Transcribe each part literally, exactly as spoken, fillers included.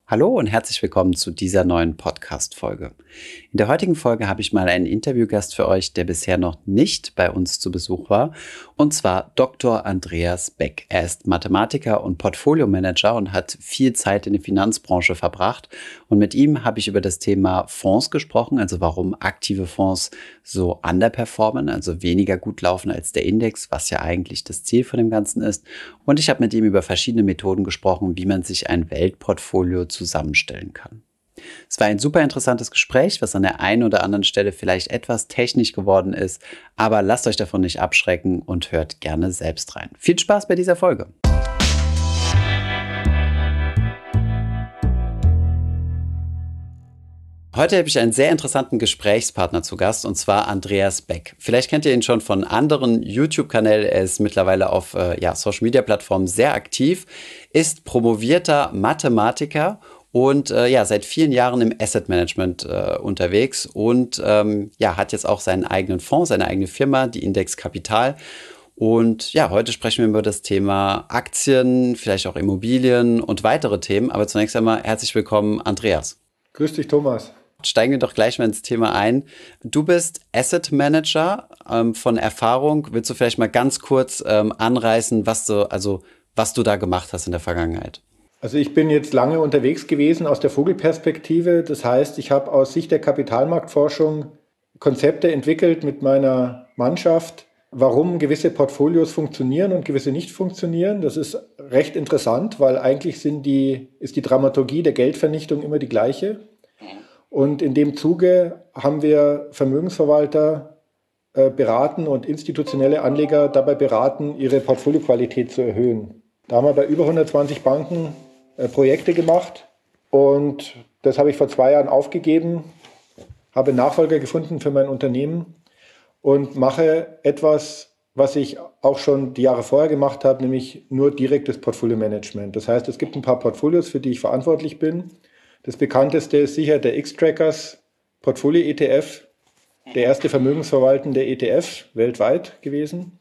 Hallo und herzlich willkommen zu dieser neuen Podcast-Folge. In der heutigen Folge habe ich mal einen Interviewgast für euch, der bisher noch nicht bei uns zu Besuch war, und zwar Doktor Andreas Beck. Er ist Mathematiker und Portfolio-Manager und hat viel Zeit in der Finanzbranche verbracht. Und mit ihm habe ich über das Thema Fonds gesprochen, also warum aktive Fonds so underperformen, also weniger gut laufen als der Index, was ja eigentlich das Ziel von dem Ganzen ist. Und ich habe mit ihm über verschiedene Methoden gesprochen, wie man sich ein Weltportfolio zusammenstellen kann. Es war ein super interessantes Gespräch, was an der einen oder anderen Stelle vielleicht etwas technisch geworden ist, aber lasst euch davon nicht abschrecken und hört gerne selbst rein. Viel Spaß bei dieser Folge! Heute habe ich einen sehr interessanten Gesprächspartner zu Gast, und zwar Andreas Beck. Vielleicht kennt ihr ihn schon von anderen YouTube-Kanälen. Er ist mittlerweile auf äh, ja, Social-Media-Plattformen sehr aktiv, ist promovierter Mathematiker und äh, ja, seit vielen Jahren im Asset Management äh, unterwegs und ähm, ja, hat jetzt auch seinen eigenen Fonds, seine eigene Firma, die Index Capital. Und ja, heute sprechen wir über das Thema Aktien, vielleicht auch Immobilien und weitere Themen. Aber zunächst einmal herzlich willkommen, Andreas. Grüß dich, Thomas. Steigen wir doch gleich mal ins Thema ein. Du bist Asset Manager ähm, von Erfahrung. Willst du vielleicht mal ganz kurz ähm, anreißen, was du, also, was du da gemacht hast in der Vergangenheit? Also ich bin jetzt lange unterwegs gewesen aus der Vogelperspektive. Das heißt, ich habe aus Sicht der Kapitalmarktforschung Konzepte entwickelt mit meiner Mannschaft, warum gewisse Portfolios funktionieren und gewisse nicht funktionieren. Das ist recht interessant, weil eigentlich sind die, ist die Dramaturgie der Geldvernichtung immer die gleiche. Und in dem Zuge haben wir Vermögensverwalter äh, beraten und institutionelle Anleger dabei beraten, ihre Portfolioqualität zu erhöhen. Da haben wir bei über hundertzwanzig Banken äh, Projekte gemacht und das habe ich vor zwei Jahren aufgegeben, habe Nachfolger gefunden für mein Unternehmen und mache etwas, was ich auch schon die Jahre vorher gemacht habe, nämlich nur direktes Portfolio-Management. Das heißt, es gibt ein paar Portfolios, für die ich verantwortlich bin. Das bekannteste ist sicher der X-Trackers Portfolio-E T F, der erste vermögensverwaltende E T F weltweit gewesen.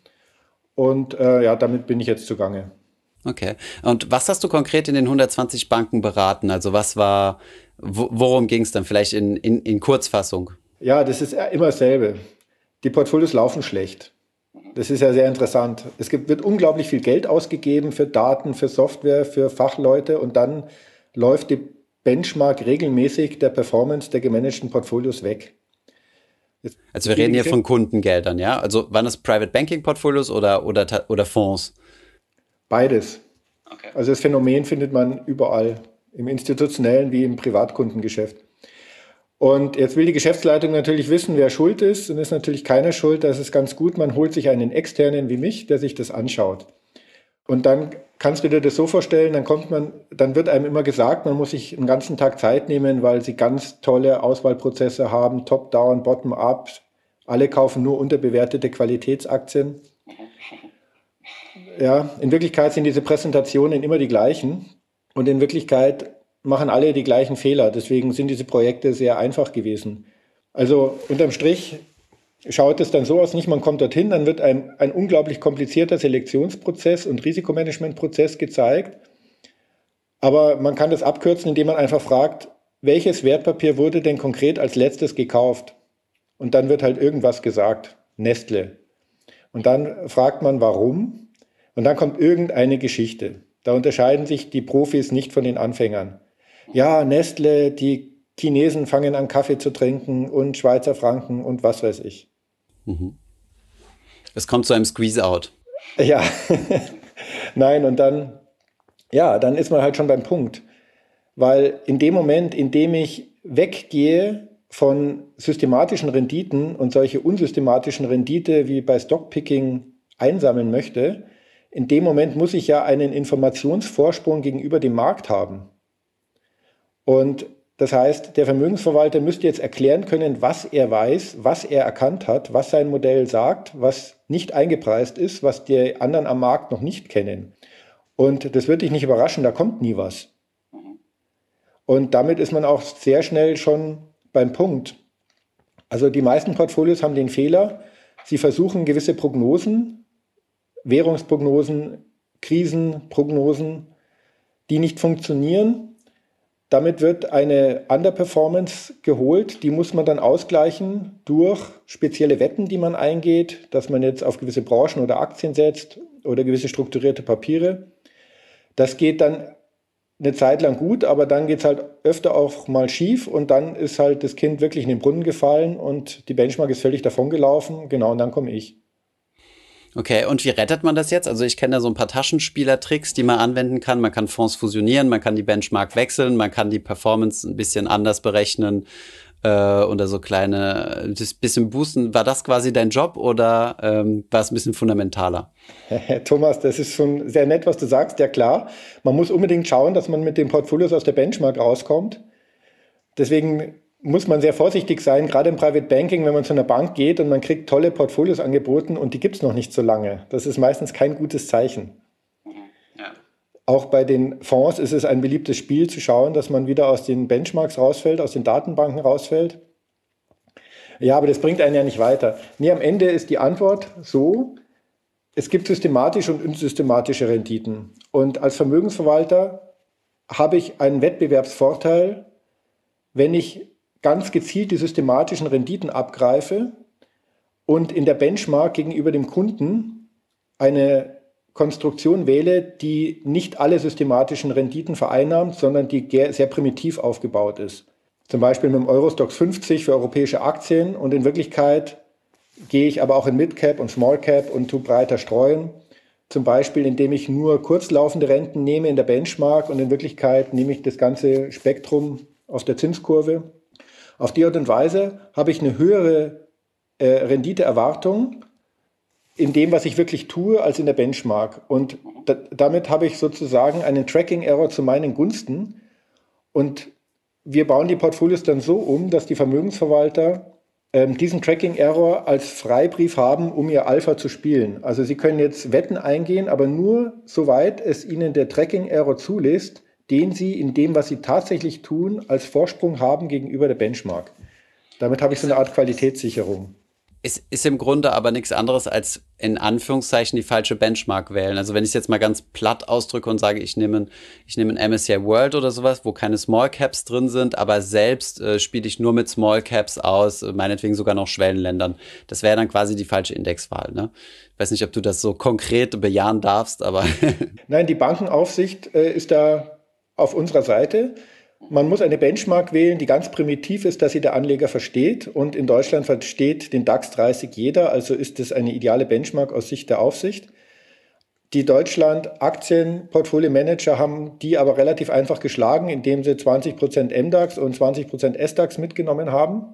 Und äh, ja, damit bin ich jetzt zugange. Okay. Und was hast du konkret in den hundertzwanzig Banken beraten? Also was war, wo, worum ging es dann vielleicht in, in, in Kurzfassung? Ja, das ist immer dasselbe. Die Portfolios laufen schlecht. Das ist ja sehr interessant. Es gibt, wird unglaublich viel Geld ausgegeben für Daten, für Software, für Fachleute und dann läuft die Benchmark regelmäßig der Performance der gemanagten Portfolios weg. Jetzt also wir reden hier von Kundengeldern, ja? Also waren das Private Banking Portfolios oder, oder, oder Fonds? Beides. Okay. Also das Phänomen findet man überall, im institutionellen wie im Privatkundengeschäft. Und jetzt will die Geschäftsleitung natürlich wissen, wer schuld ist. Und ist natürlich keiner schuld. Das ist ganz gut. Man holt sich einen Externen wie mich, der sich das anschaut. Und dann kannst du dir das so vorstellen, dann kommt man, dann wird einem immer gesagt, man muss sich einen ganzen Tag Zeit nehmen, weil sie ganz tolle Auswahlprozesse haben, Top-Down, Bottom-Up. Alle kaufen nur unterbewertete Qualitätsaktien. Ja, in Wirklichkeit sind diese Präsentationen immer die gleichen. Und in Wirklichkeit machen alle die gleichen Fehler. Deswegen sind diese Projekte sehr einfach gewesen. Also unterm Strich schaut es dann so aus, nicht man kommt dorthin, dann wird ein, ein unglaublich komplizierter Selektionsprozess und Risikomanagementprozess gezeigt. Aber man kann das abkürzen, indem man einfach fragt, welches Wertpapier wurde denn konkret als letztes gekauft? Und dann wird halt irgendwas gesagt, Nestle. Und dann fragt man, warum? Und dann kommt irgendeine Geschichte. Da unterscheiden sich die Profis nicht von den Anfängern. Ja, Nestle, die Chinesen fangen an Kaffee zu trinken und Schweizer Franken und was weiß ich. Es kommt zu einem Squeeze-Out. Ja, nein, und dann, ja, dann ist man halt schon beim Punkt. Weil in dem Moment, in dem ich weggehe von systematischen Renditen und solche unsystematischen Rendite wie bei Stockpicking einsammeln möchte, in dem Moment muss ich ja einen Informationsvorsprung gegenüber dem Markt haben. Und das heißt, der Vermögensverwalter müsste jetzt erklären können, was er weiß, was er erkannt hat, was sein Modell sagt, was nicht eingepreist ist, was die anderen am Markt noch nicht kennen. Und das wird dich nicht überraschen, da kommt nie was. Und damit ist man auch sehr schnell schon beim Punkt. Also die meisten Portfolios haben den Fehler, sie versuchen gewisse Prognosen, Währungsprognosen, Krisenprognosen, die nicht funktionieren, Damit wird eine Underperformance geholt, die muss man dann ausgleichen durch spezielle Wetten, die man eingeht, dass man jetzt auf gewisse Branchen oder Aktien setzt oder gewisse strukturierte Papiere. Das geht dann eine Zeit lang gut, aber dann geht es halt öfter auch mal schief und dann ist halt das Kind wirklich in den Brunnen gefallen und die Benchmark ist völlig davongelaufen. Genau, und dann komme ich. Okay, und wie rettet man das jetzt? Also ich kenne da so ein paar Taschenspielertricks, die man anwenden kann. Man kann Fonds fusionieren, man kann die Benchmark wechseln, man kann die Performance ein bisschen anders berechnen äh, oder so kleine, das bisschen boosten. War das quasi dein Job oder ähm, war es ein bisschen fundamentaler? Thomas, das ist schon sehr nett, was du sagst. Ja klar, man muss unbedingt schauen, dass man mit den Portfolios aus der Benchmark rauskommt. Deswegen muss man sehr vorsichtig sein, gerade im Private Banking, wenn man zu einer Bank geht und man kriegt tolle Portfolios angeboten und die gibt es noch nicht so lange. Das ist meistens kein gutes Zeichen. Ja. Auch bei den Fonds ist es ein beliebtes Spiel zu schauen, dass man wieder aus den Benchmarks rausfällt, aus den Datenbanken rausfällt. Ja, aber das bringt einen ja nicht weiter. Nee, am Ende ist die Antwort so, es gibt systematische und unsystematische Renditen. Und als Vermögensverwalter habe ich einen Wettbewerbsvorteil, wenn ich ganz gezielt die systematischen Renditen abgreife und in der Benchmark gegenüber dem Kunden eine Konstruktion wähle, die nicht alle systematischen Renditen vereinnahmt, sondern die sehr primitiv aufgebaut ist. Zum Beispiel mit dem Eurostoxx fünfzig für europäische Aktien und in Wirklichkeit gehe ich aber auch in Midcap und Smallcap und tu breiter streuen. Zum Beispiel, indem ich nur kurzlaufende Renten nehme in der Benchmark und in Wirklichkeit nehme ich das ganze Spektrum auf der Zinskurve. Auf die Art und Weise habe ich eine höhere äh, Renditeerwartung in dem, was ich wirklich tue, als in der Benchmark. Und da, damit habe ich sozusagen einen Tracking-Error zu meinen Gunsten. Und wir bauen die Portfolios dann so um, dass die Vermögensverwalter ähm, diesen Tracking-Error als Freibrief haben, um ihr Alpha zu spielen. Also sie können jetzt Wetten eingehen, aber nur soweit es ihnen der Tracking-Error zulässt, den sie in dem, was sie tatsächlich tun, als Vorsprung haben gegenüber der Benchmark. Damit habe ich so eine Art Qualitätssicherung. Es ist im Grunde aber nichts anderes als in Anführungszeichen die falsche Benchmark wählen. Also wenn ich es jetzt mal ganz platt ausdrücke und sage, ich nehme, ich nehme ein M S C I World oder sowas, wo keine Small Caps drin sind, aber selbst äh, spiele ich nur mit Small Caps aus, meinetwegen sogar noch Schwellenländern. Das wäre dann quasi die falsche Indexwahl, ne? Ich weiß nicht, ob du das so konkret bejahen darfst, aber... Nein, die Bankenaufsicht äh, ist da auf unserer Seite. Man muss eine Benchmark wählen, die ganz primitiv ist, dass sie der Anleger versteht. Und in Deutschland versteht den DAX dreißig jeder, also ist es eine ideale Benchmark aus Sicht der Aufsicht. Die Deutschland-Aktien-Portfolio-Manager haben die aber relativ einfach geschlagen, indem sie zwanzig Prozent M DAX und zwanzig Prozent S DAX mitgenommen haben.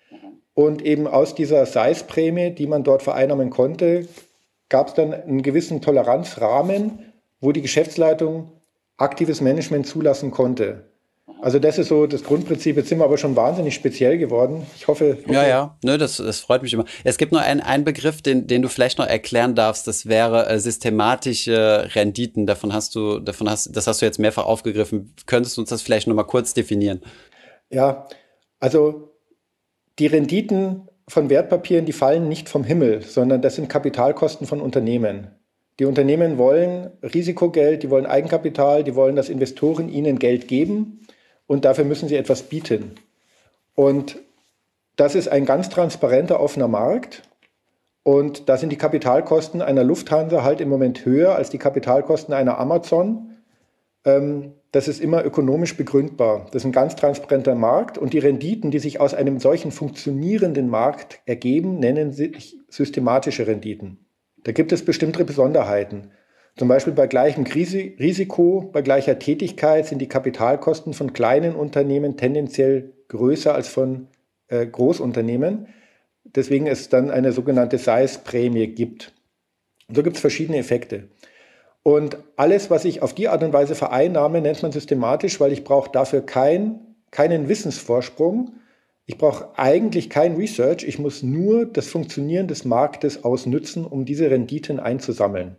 Und eben aus dieser Size-Prämie, die man dort vereinnahmen konnte, gab es dann einen gewissen Toleranzrahmen, wo die Geschäftsleitung aktives Management zulassen konnte. Also das ist so das Grundprinzip. Jetzt sind wir aber schon wahnsinnig speziell geworden. Ich hoffe... hoffe ja, ja, Nö, das, das freut mich immer. Es gibt nur einen, einen Begriff, den, den du vielleicht noch erklären darfst. Das wäre äh, systematische Renditen. Davon hast du, davon hast, das hast du jetzt mehrfach aufgegriffen. Könntest du uns das vielleicht noch mal kurz definieren? Ja, also die Renditen von Wertpapieren, die fallen nicht vom Himmel, sondern das sind Kapitalkosten von Unternehmen. Die Unternehmen wollen Risikogeld, die wollen Eigenkapital, die wollen, dass Investoren ihnen Geld geben und dafür müssen sie etwas bieten. Und das ist ein ganz transparenter, offener Markt und da sind die Kapitalkosten einer Lufthansa halt im Moment höher als die Kapitalkosten einer Amazon. Ähm, das ist immer ökonomisch begründbar. Das ist ein ganz transparenter Markt und die Renditen, die sich aus einem solchen funktionierenden Markt ergeben, nennen sich systematische Renditen. Da gibt es bestimmte Besonderheiten. Zum Beispiel bei gleichem Risiko, bei gleicher Tätigkeit sind die Kapitalkosten von kleinen Unternehmen tendenziell größer als von äh, Großunternehmen. Deswegen es dann eine sogenannte Size-Prämie gibt. Und so gibt es verschiedene Effekte. Und alles, was ich auf die Art und Weise vereinnahme, nennt man systematisch, weil ich brauche dafür kein, keinen Wissensvorsprung. Ich brauche eigentlich kein Research, ich muss nur das Funktionieren des Marktes ausnützen, um diese Renditen einzusammeln.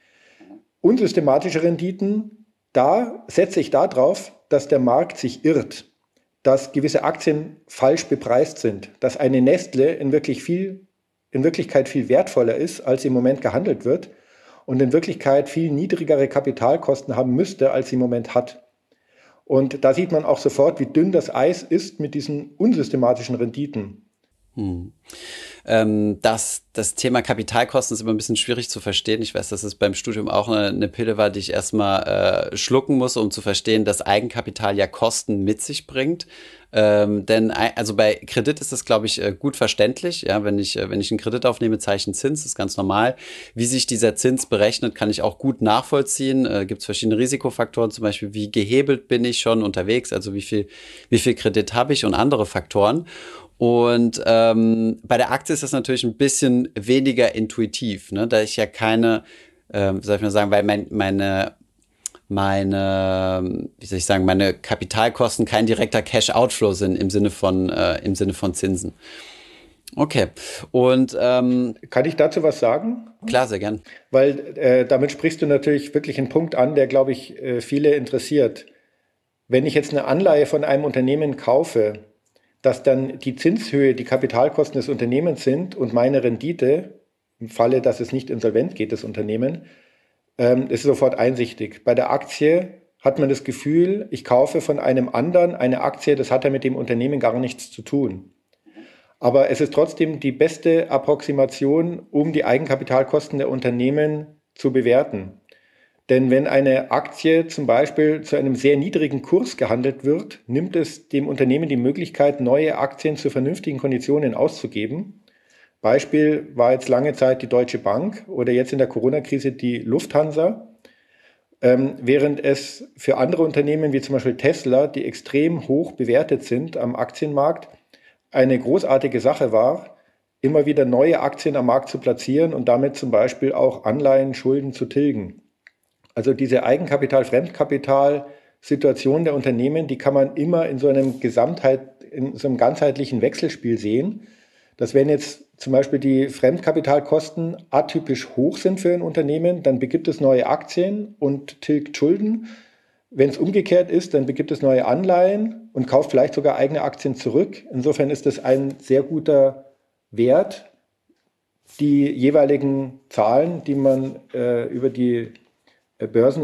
Unsystematische Renditen, da setze ich darauf, dass der Markt sich irrt, dass gewisse Aktien falsch bepreist sind, dass eine Nestle in, wirklich viel, in Wirklichkeit viel wertvoller ist, als sie im Moment gehandelt wird und in Wirklichkeit viel niedrigere Kapitalkosten haben müsste, als sie im Moment hat. Und da sieht man auch sofort, wie dünn das Eis ist mit diesen unsystematischen Renditen. Hm. Ähm, das, das Thema Kapitalkosten ist immer ein bisschen schwierig zu verstehen. Ich weiß, dass es beim Studium auch eine, eine Pille war, die ich erstmal äh, schlucken muss, um zu verstehen, dass Eigenkapital ja Kosten mit sich bringt. Ähm, denn ei- also bei Kredit ist das, glaube ich, äh, gut verständlich. Ja, wenn ich, äh, wenn ich einen Kredit aufnehme, zahle ich einen Zins, das ist ganz normal. Wie sich dieser Zins berechnet, kann ich auch gut nachvollziehen. Äh, Gibt es verschiedene Risikofaktoren, zum Beispiel, wie gehebelt bin ich schon unterwegs, also wie viel, wie viel Kredit habe ich und andere Faktoren. Und ähm, bei der Aktie ist das natürlich ein bisschen weniger intuitiv, ne? Da ich ja keine, ähm, soll ich mal sagen, weil mein, meine, meine, wie soll ich sagen, meine Kapitalkosten kein direkter Cash-Outflow sind im Sinne von, äh, im Sinne von Zinsen. Okay. Und ähm, Kann ich dazu was sagen? klar, sehr gern. Weil äh, damit sprichst du natürlich wirklich einen Punkt an, der, glaube ich, äh, viele interessiert. Wenn ich jetzt eine Anleihe von einem Unternehmen kaufe, dass dann die Zinshöhe die Kapitalkosten des Unternehmens sind und meine Rendite, im Falle, dass es nicht insolvent geht, das Unternehmen, ähm, ist sofort einsichtig. Bei der Aktie hat man das Gefühl, ich kaufe von einem anderen eine Aktie, das hat ja mit dem Unternehmen gar nichts zu tun. Aber es ist trotzdem die beste Approximation, um die Eigenkapitalkosten der Unternehmen zu bewerten. Denn wenn eine Aktie zum Beispiel zu einem sehr niedrigen Kurs gehandelt wird, nimmt es dem Unternehmen die Möglichkeit, neue Aktien zu vernünftigen Konditionen auszugeben. Beispiel war jetzt lange Zeit die Deutsche Bank oder jetzt in der Corona-Krise die Lufthansa. Ähm, während es für andere Unternehmen wie zum Beispiel Tesla, die extrem hoch bewertet sind am Aktienmarkt, eine großartige Sache war, immer wieder neue Aktien am Markt zu platzieren und damit zum Beispiel auch Anleihen, Schulden zu tilgen. Also diese Eigenkapital, Fremdkapital, Situation der Unternehmen, die kann man immer in so einem Gesamtheit, in so einem ganzheitlichen Wechselspiel sehen. Dass wenn jetzt zum Beispiel die Fremdkapitalkosten atypisch hoch sind für ein Unternehmen, dann begibt es neue Aktien und tilgt Schulden. Wenn es umgekehrt ist, dann begibt es neue Anleihen und kauft vielleicht sogar eigene Aktien zurück. Insofern ist das ein sehr guter Wert, die jeweiligen Zahlen, die man äh, über die äh,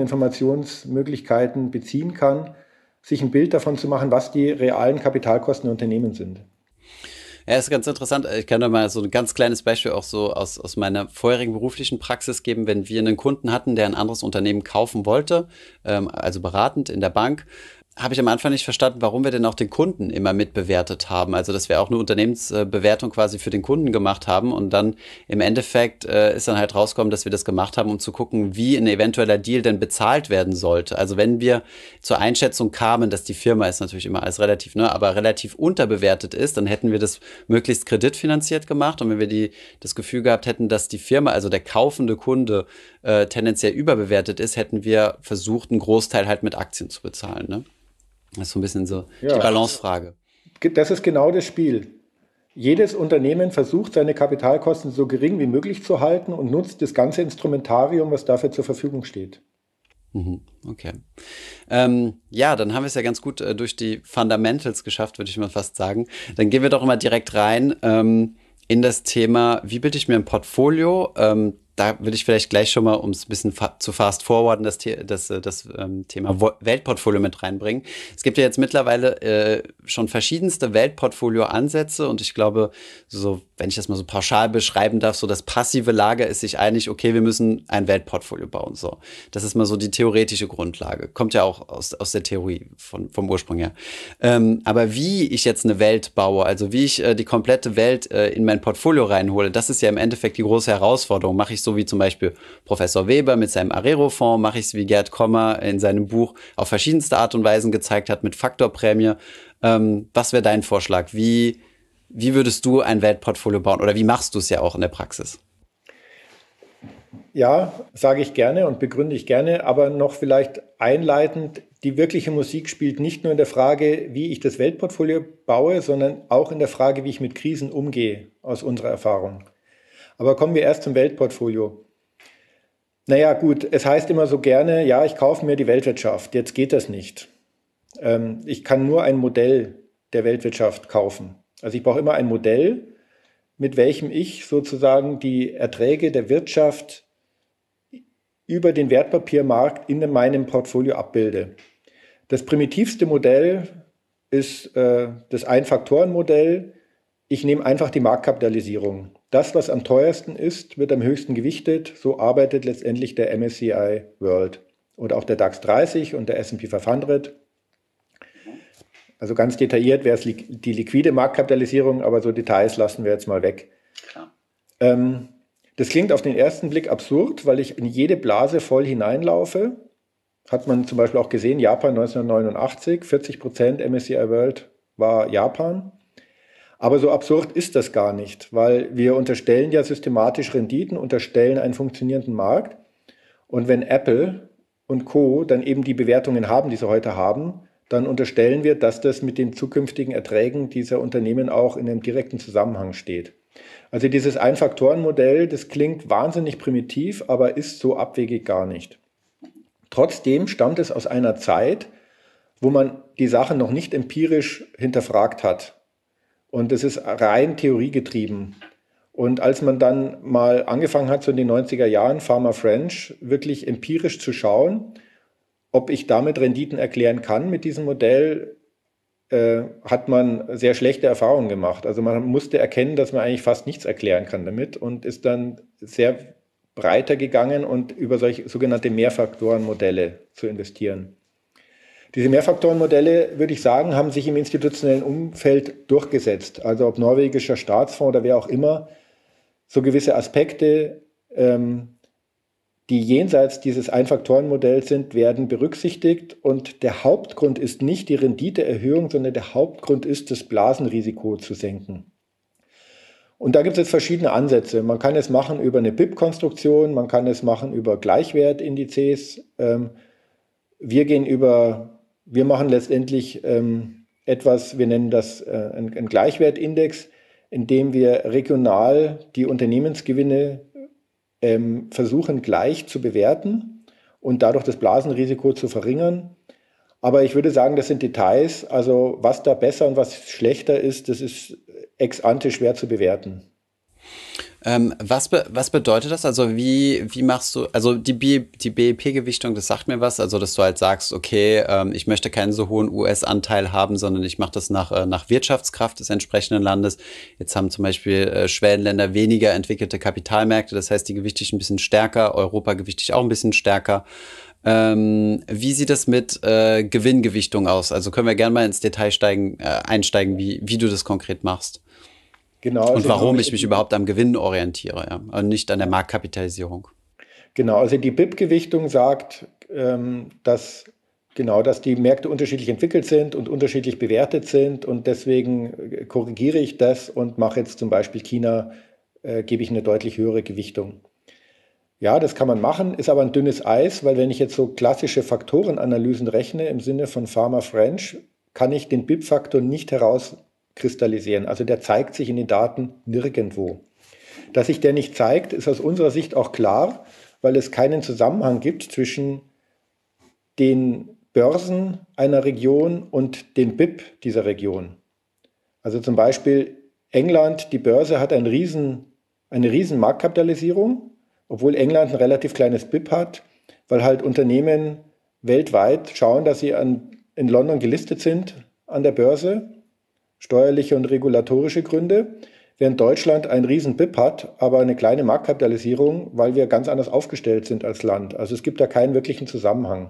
Börseninformationsmöglichkeiten beziehen kann, sich ein Bild davon zu machen, was die realen Kapitalkosten der Unternehmen sind. Ja, ist ganz interessant. Ich kann da mal so ein ganz kleines Beispiel auch so aus, aus meiner vorherigen beruflichen Praxis geben. Wenn wir einen Kunden hatten, der ein anderes Unternehmen kaufen wollte, ähm, also beratend in der Bank, habe ich am Anfang nicht verstanden, warum wir denn auch den Kunden immer mitbewertet haben. Also, dass wir auch eine Unternehmensbewertung quasi für den Kunden gemacht haben und dann im Endeffekt äh, ist dann halt rausgekommen, dass wir das gemacht haben, um zu gucken, wie ein eventueller Deal denn bezahlt werden sollte. Also, wenn wir zur Einschätzung kamen, dass die Firma ist natürlich immer alles relativ, ne, aber relativ unterbewertet ist, dann hätten wir das möglichst kreditfinanziert gemacht und wenn wir die, das Gefühl gehabt hätten, dass die Firma, also der kaufende Kunde, äh, tendenziell überbewertet ist, hätten wir versucht, einen Großteil halt mit Aktien zu bezahlen, ne? Das ist so ein bisschen so die Ja, Balancefrage. das ist genau das Spiel. Jedes Unternehmen versucht, seine Kapitalkosten so gering wie möglich zu halten und nutzt das ganze Instrumentarium, was dafür zur Verfügung steht. Mhm, okay. Ähm, ja, dann haben wir es ja ganz gut äh, durch die Fundamentals geschafft, würde ich mal fast sagen. Dann gehen wir doch immer direkt rein ähm, in das Thema, wie bilde ich mir ein Portfolio? Ähm, da will ich vielleicht gleich schon mal, um es ein bisschen fa zu fast forwarden, das, The das, äh, das ähm, Thema Wo Weltportfolio mit reinbringen. Es gibt ja jetzt mittlerweile äh, schon verschiedenste Weltportfolio-Ansätze und ich glaube, so, wenn ich das mal so pauschal beschreiben darf, so das passive Lager ist sich einig, okay, wir müssen ein Weltportfolio bauen. So, das ist mal so die theoretische Grundlage. Kommt ja auch aus, aus der Theorie von, vom Ursprung her. Ähm, aber wie ich jetzt eine Welt baue, also wie ich äh, die komplette Welt äh, in mein Portfolio reinhole, das ist ja im Endeffekt die große Herausforderung. Mache ich so wie zum Beispiel Professor Weber mit seinem Arero-Fonds, mache ich es wie Gerd Kommer in seinem Buch auf verschiedenste Art und Weisen gezeigt hat mit Faktorprämie. Ähm, was wäre dein Vorschlag? Wie, wie würdest du ein Weltportfolio bauen oder wie machst du es ja auch in der Praxis? Ja, sage ich gerne und begründe ich gerne, aber noch vielleicht einleitend, die wirkliche Musik spielt nicht nur in der Frage, wie ich das Weltportfolio baue, sondern auch in der Frage, wie ich mit Krisen umgehe, aus unserer Erfahrung. Aber kommen wir erst zum Weltportfolio. Naja, gut, es heißt immer so gerne, ja, ich kaufe mir die Weltwirtschaft. Jetzt geht das nicht. Ähm, ich kann nur ein Modell der Weltwirtschaft kaufen. Also ich brauche immer ein Modell, mit welchem ich sozusagen die Erträge der Wirtschaft über den Wertpapiermarkt in meinem Portfolio abbilde. Das primitivste Modell ist äh, das Ein-Faktoren-Modell. Ich nehme einfach die Marktkapitalisierung. Das, was am teuersten ist, wird am höchsten gewichtet. So arbeitet letztendlich der M S C I World oder auch der DAX dreißig und der S und P fünfhundert. Also ganz detailliert wäre es li- die liquide Marktkapitalisierung, aber so Details lassen wir jetzt mal weg. Ähm, das klingt auf den ersten Blick absurd, weil ich in jede Blase voll hineinlaufe. Hat man zum Beispiel auch gesehen, Japan neunzehnhundertneunundachtzig, vierzig Prozent M S C I World war Japan. Aber so absurd ist das gar nicht, weil wir unterstellen ja systematisch Renditen, unterstellen einen funktionierenden Markt. Und wenn Apple und Co. dann eben die Bewertungen haben, die sie heute haben, dann unterstellen wir, dass das mit den zukünftigen Erträgen dieser Unternehmen auch in einem direkten Zusammenhang steht. Also dieses Ein-Faktoren-Modell, das klingt wahnsinnig primitiv, aber ist so abwegig gar nicht. Trotzdem stammt es aus einer Zeit, wo man die Sachen noch nicht empirisch hinterfragt hat. Und es ist rein theoriegetrieben. Und als man dann mal angefangen hat, so in den neunziger Jahren, Pharma French, wirklich empirisch zu schauen, ob ich damit Renditen erklären kann mit diesem Modell, äh, hat man sehr schlechte Erfahrungen gemacht. Also man musste erkennen, dass man eigentlich fast nichts erklären kann damit und ist dann sehr breiter gegangen und über solche sogenannte Mehrfaktorenmodelle zu investieren. Diese Mehrfaktorenmodelle, würde ich sagen, haben sich im institutionellen Umfeld durchgesetzt. Also ob norwegischer Staatsfonds oder wer auch immer, so gewisse Aspekte, ähm, die jenseits dieses Ein-Faktoren-Modells sind, werden berücksichtigt. Und der Hauptgrund ist nicht die Renditeerhöhung, sondern der Hauptgrund ist, das Blasenrisiko zu senken. Und da gibt es jetzt verschiedene Ansätze. Man kann es machen über eine B I P-Konstruktion, man kann es machen über Gleichwertindizes. Ähm, wir gehen über, wir machen letztendlich ähm, etwas, wir nennen das äh, ein, ein Gleichwertindex, in dem wir regional die Unternehmensgewinne ähm, versuchen gleich zu bewerten und dadurch das Blasenrisiko zu verringern. Aber ich würde sagen, das sind Details. Also was da besser und was schlechter ist, das ist ex ante schwer zu bewerten. Ähm, was, be was bedeutet das? Also wie, wie machst du, also die, B die B E P-Gewichtung, das sagt mir was, also dass du halt sagst, okay, ähm, ich möchte keinen so hohen U S-Anteil haben, sondern ich mache das nach, äh, nach Wirtschaftskraft des entsprechenden Landes. Jetzt haben zum Beispiel äh, Schwellenländer weniger entwickelte Kapitalmärkte, das heißt, die gewichte ich ein bisschen stärker, Europa gewichte ich auch ein bisschen stärker. Ähm, wie sieht es mit äh, Gewinngewichtung aus? Also können wir gerne mal ins Detail steigen, äh, einsteigen, wie, wie du das konkret machst. Genau, Und also warum die, ich mich überhaupt am Gewinn orientiere, ja, und nicht an der Marktkapitalisierung. Genau, also die B I P-Gewichtung sagt, ähm, dass, genau, dass die Märkte unterschiedlich entwickelt sind und unterschiedlich bewertet sind und deswegen korrigiere ich das und mache jetzt zum Beispiel China, äh, gebe ich eine deutlich höhere Gewichtung. Ja, das kann man machen, ist aber ein dünnes Eis, weil wenn ich jetzt so klassische Faktorenanalysen rechne im Sinne von Pharma French, kann ich den B I P-Faktor nicht herauskristallisieren. Also der zeigt sich in den Daten nirgendwo. Dass sich der nicht zeigt, ist aus unserer Sicht auch klar, weil es keinen Zusammenhang gibt zwischen den Börsen einer Region und dem B I P dieser Region. Also zum Beispiel England, die Börse hat einen riesen, eine riesen Marktkapitalisierung, obwohl England ein relativ kleines B I P hat, weil halt Unternehmen weltweit schauen, dass sie an, in London gelistet sind an der Börse, steuerliche und regulatorische Gründe, während Deutschland ein riesen B I P hat, aber eine kleine Marktkapitalisierung, weil wir ganz anders aufgestellt sind als Land. Also es gibt da keinen wirklichen Zusammenhang.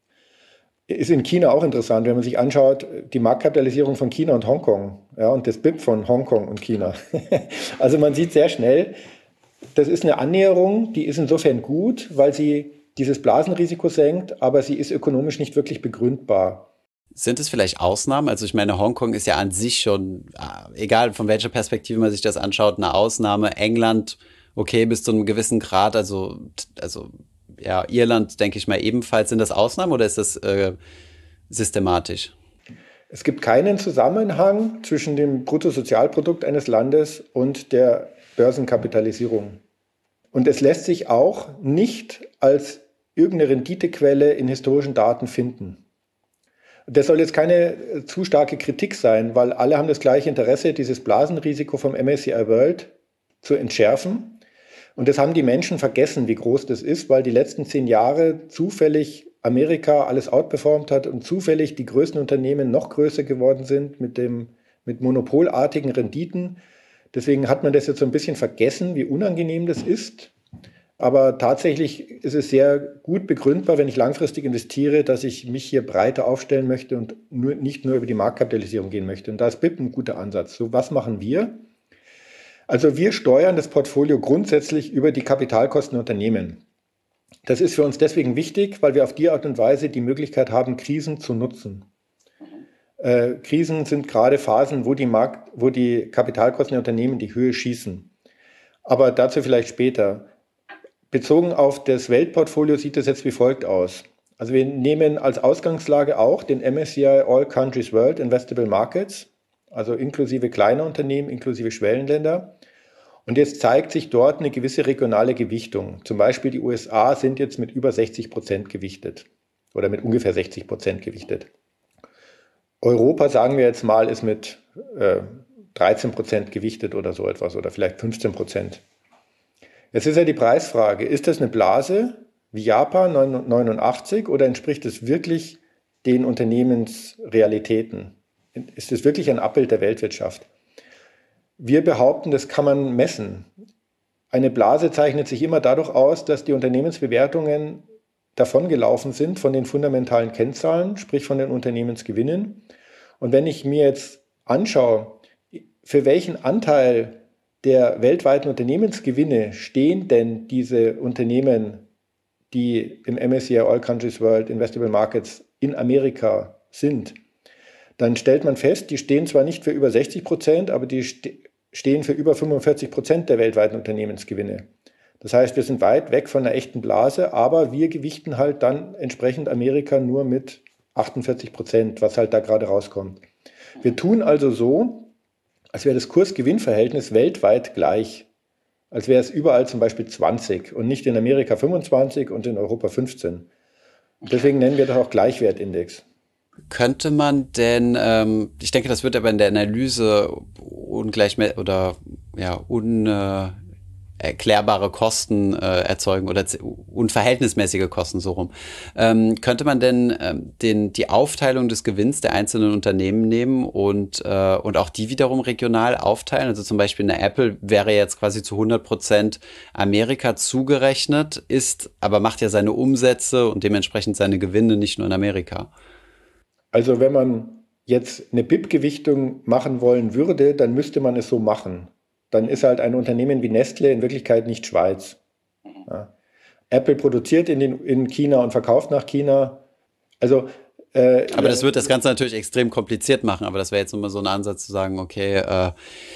Ist in China auch interessant, wenn man sich anschaut, die Marktkapitalisierung von China und Hongkong, ja, und das B I P von Hongkong und China. Also man sieht sehr schnell, das ist eine Annäherung, die ist insofern gut, weil sie dieses Blasenrisiko senkt, aber sie ist ökonomisch nicht wirklich begründbar. Sind es vielleicht Ausnahmen? Also ich meine, Hongkong ist ja an sich schon, egal von welcher Perspektive man sich das anschaut, eine Ausnahme. England, okay, bis zu einem gewissen Grad, also, also ja, Irland, denke ich mal, ebenfalls. Sind das Ausnahmen oder ist das äh, systematisch? Es gibt keinen Zusammenhang zwischen dem Bruttosozialprodukt eines Landes und der Börsenkapitalisierung. Und es lässt sich auch nicht als irgendeine Renditequelle in historischen Daten finden. Das soll jetzt keine zu starke Kritik sein, weil alle haben das gleiche Interesse, dieses Blasenrisiko vom M S C I World zu entschärfen. Und das haben die Menschen vergessen, wie groß das ist, weil die letzten zehn Jahre zufällig Amerika alles outperformt hat und zufällig die größten Unternehmen noch größer geworden sind mit dem, mit monopolartigen Renditen. Deswegen hat man das jetzt so ein bisschen vergessen, wie unangenehm das ist. Aber tatsächlich ist es sehr gut begründbar, wenn ich langfristig investiere, dass ich mich hier breiter aufstellen möchte und nur, nicht nur über die Marktkapitalisierung gehen möchte. Und da ist B I P ein guter Ansatz. So, was machen wir? Also wir steuern das Portfolio grundsätzlich über die Kapitalkosten der Unternehmen. Das ist für uns deswegen wichtig, weil wir auf die Art und Weise die Möglichkeit haben, Krisen zu nutzen. Äh, Krisen sind gerade Phasen, wo die, Markt, wo die Kapitalkosten der Unternehmen die Höhe schießen. Aber dazu vielleicht später. Bezogen auf das Weltportfolio sieht das jetzt wie folgt aus. Also wir nehmen als Ausgangslage auch den M S C I All Countries World Investable Markets, also inklusive kleiner Unternehmen, inklusive Schwellenländer. Und jetzt zeigt sich dort eine gewisse regionale Gewichtung. Zum Beispiel die U S A sind jetzt mit über sechzig Prozent gewichtet oder mit ungefähr sechzig Prozent gewichtet. Europa, sagen wir jetzt mal, ist mit äh, dreizehn Prozent gewichtet oder so etwas oder vielleicht fünfzehn Prozent. Jetzt ist ja die Preisfrage, ist das eine Blase wie Japan neunundachtzig oder entspricht es wirklich den Unternehmensrealitäten? Ist es wirklich ein Abbild der Weltwirtschaft? Wir behaupten, das kann man messen. Eine Blase zeichnet sich immer dadurch aus, dass die Unternehmensbewertungen davongelaufen sind von den fundamentalen Kennzahlen, sprich von den Unternehmensgewinnen. Und wenn ich mir jetzt anschaue, für welchen Anteil der weltweiten Unternehmensgewinne stehen denn diese Unternehmen, die im M S C I All Countries World Investable Markets in Amerika sind, dann stellt man fest, die stehen zwar nicht für über sechzig Prozent, aber die ste- stehen für über fünfundvierzig Prozent der weltweiten Unternehmensgewinne. Das heißt, wir sind weit weg von einer echten Blase, aber wir gewichten halt dann entsprechend Amerika nur mit achtundvierzig Prozent, was halt da gerade rauskommt. Wir tun also so, als wäre das Kurs-Gewinn-Verhältnis weltweit gleich. Als wäre es überall zum Beispiel zwanzig und nicht in Amerika fünfundzwanzig und in Europa fünfzehn. Und deswegen nennen wir das auch Gleichwertindex. Könnte man denn, ähm, ich denke, das wird aber in der Analyse ungleich oder ja, unerklärbare Kosten äh, erzeugen oder unverhältnismäßige Kosten so rum. Ähm, könnte man denn ähm, den, die Aufteilung des Gewinns der einzelnen Unternehmen nehmen und, äh, und auch die wiederum regional aufteilen? Also zum Beispiel eine Apple wäre jetzt quasi zu hundert Prozent Amerika zugerechnet, ist, aber macht ja seine Umsätze und dementsprechend seine Gewinne nicht nur in Amerika. Also wenn man jetzt eine B I P-Gewichtung machen wollen würde, dann müsste man es so machen. Dann ist halt ein Unternehmen wie Nestle in Wirklichkeit nicht Schweiz. Ja. Apple produziert in, den, in China und verkauft nach China. Also, äh, aber das wird das Ganze natürlich extrem kompliziert machen. Aber das wäre jetzt nochmal so ein Ansatz zu sagen, okay, äh,